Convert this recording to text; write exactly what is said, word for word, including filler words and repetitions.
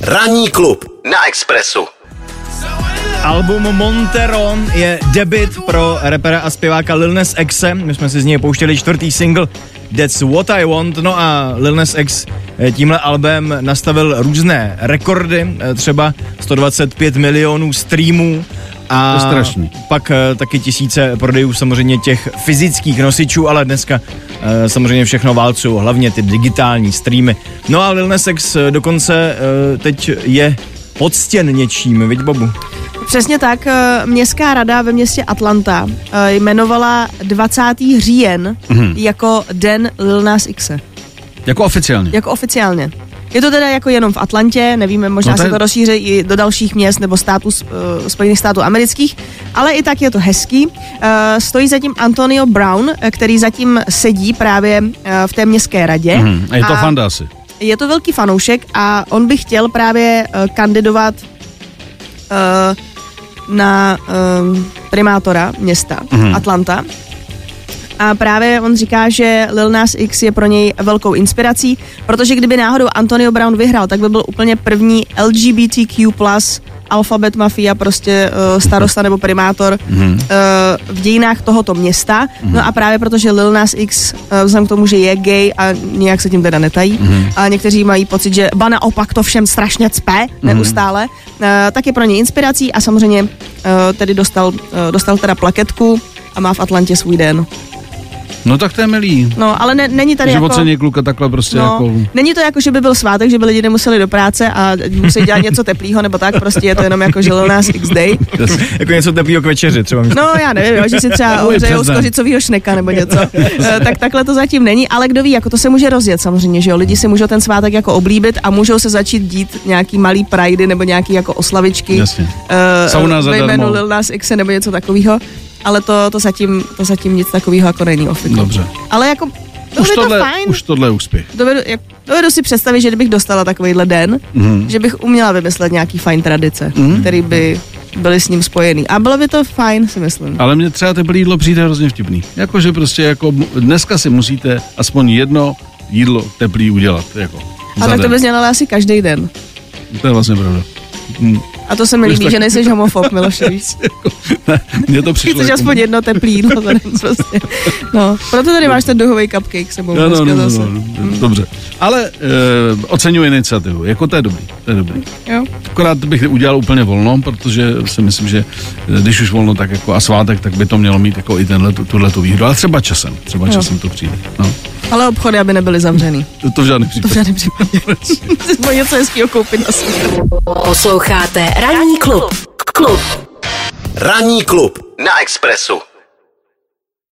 Ranní klub na Expressu. Album Monteron je debut pro rapera a zpěváka Lil Nas Xe. My jsme si z něj pouštěli čtvrtý single That's What I Want. No a Lil Nas X tímhle albem nastavil různé rekordy, třeba sto dvacet pět milionů streamů. A to je strašný. Pak uh, taky tisíce prodejů samozřejmě těch fyzických nosičů, ale dneska uh, samozřejmě všechno válcují, hlavně ty digitální streamy. No a Lil Nas X dokonce uh, teď je poctěn něčím, viď Bobu? Přesně tak, městská rada ve městě Atlanta jmenovala dvacátého října mm-hmm. jako den Lil Nas Xe. Jako oficiálně? Jako oficiálně. Je to teda jako jenom v Atlantě, nevíme, možná no se to rozšíří i do dalších měst nebo států, uh, Spojených států amerických, ale i tak je to hezký. Uh, stojí zatím Antonio Brown, který zatím sedí právě uh, v té městské radě. Mm, a je to fanda asi. Je to velký fanoušek a on by chtěl právě uh, kandidovat uh, na uh, primátora města mm. Atlanta. A právě on říká, že Lil Nas X je pro něj velkou inspirací, protože kdyby náhodou Antonio Brown vyhrál, tak by byl úplně první L G B T Q plus alfabet mafia, prostě uh, starosta nebo primátor mm-hmm. uh, v dějinách tohoto města. Mm-hmm. No a právě protože Lil Nas X, uh, vzhledem k tomu, že je gay a nějak se tím teda netají, mm-hmm. a někteří mají pocit, že ba naopak to všem strašně cpe mm-hmm. neustále, uh, tak je pro něj inspirací a samozřejmě uh, tedy dostal, uh, dostal teda plaketku a má v Atlantě svůj den. No tak to je milý. No, ale ne, není tady že jako... Že ocení kluka takhle prostě no, jako... Není to jako, že by byl svátek, že by lidi nemuseli do práce a museli dělat něco teplýho nebo tak, prostě je to jenom jako, že Lil Nas X Day. Jako něco teplýho k večeři třeba. No, já nevím, jo, že si třeba ohřejou z kořicovýho šneka nebo něco. Tak takhle to zatím není, ale kdo ví, jako to se může rozjet samozřejmě, že jo. Lidi si můžou ten svátek jako oblíbit a můžou se začít dít nějaký malý pridey nebo nějaký jako oslavičky. Jasně. Uh, Sauna ve jménu Lil Nas X nebo něco takového. Ale to, to, zatím, to zatím nic takového jako není ofiku. Dobře. Ale jako už tohle, to fajn. Už tohle je úspěch. Dovedu, jak, dovedu si představit, že kdybych dostala takovýhle den, mm. že bych uměla vymyslet nějaký fajn tradice, mm. který by byly s ním spojený. A bylo by to fajn, si myslím. Ale mně třeba teplé jídlo přijde hrozně vtipný. Jakože prostě jako dneska si musíte aspoň jedno jídlo teplý udělat. Jako a tak to bys měla asi každý den. To je vlastně pravda. Mm. A to se mi líbí, tak... že nejseš homofob, Miloše, víš. Mně to přišlo. Chceš jako... aspoň jedno teplý jídlo za den, prostě. No, proto tady máš ten duhový cupcake sebou. No, no, no, no, no, no, dobře. Ale e, oceňuji iniciativu, jako to je dobrý, to je dobrý. Jo. Akorát bych udělal úplně volno, protože si myslím, že když už volno, tak jako a svátek, tak by to mělo mít jako i tenhle, tuhletu výhru. Ale třeba časem, třeba jo. časem to přijde. No. Ale obchody, aby nebyly zavřený. To, to v žádném případě. To v žádném případě. Můžeš něco hezkýho koupit na světě. Posloucháte Ranní klub. Klub. Ranní klub na Expressu.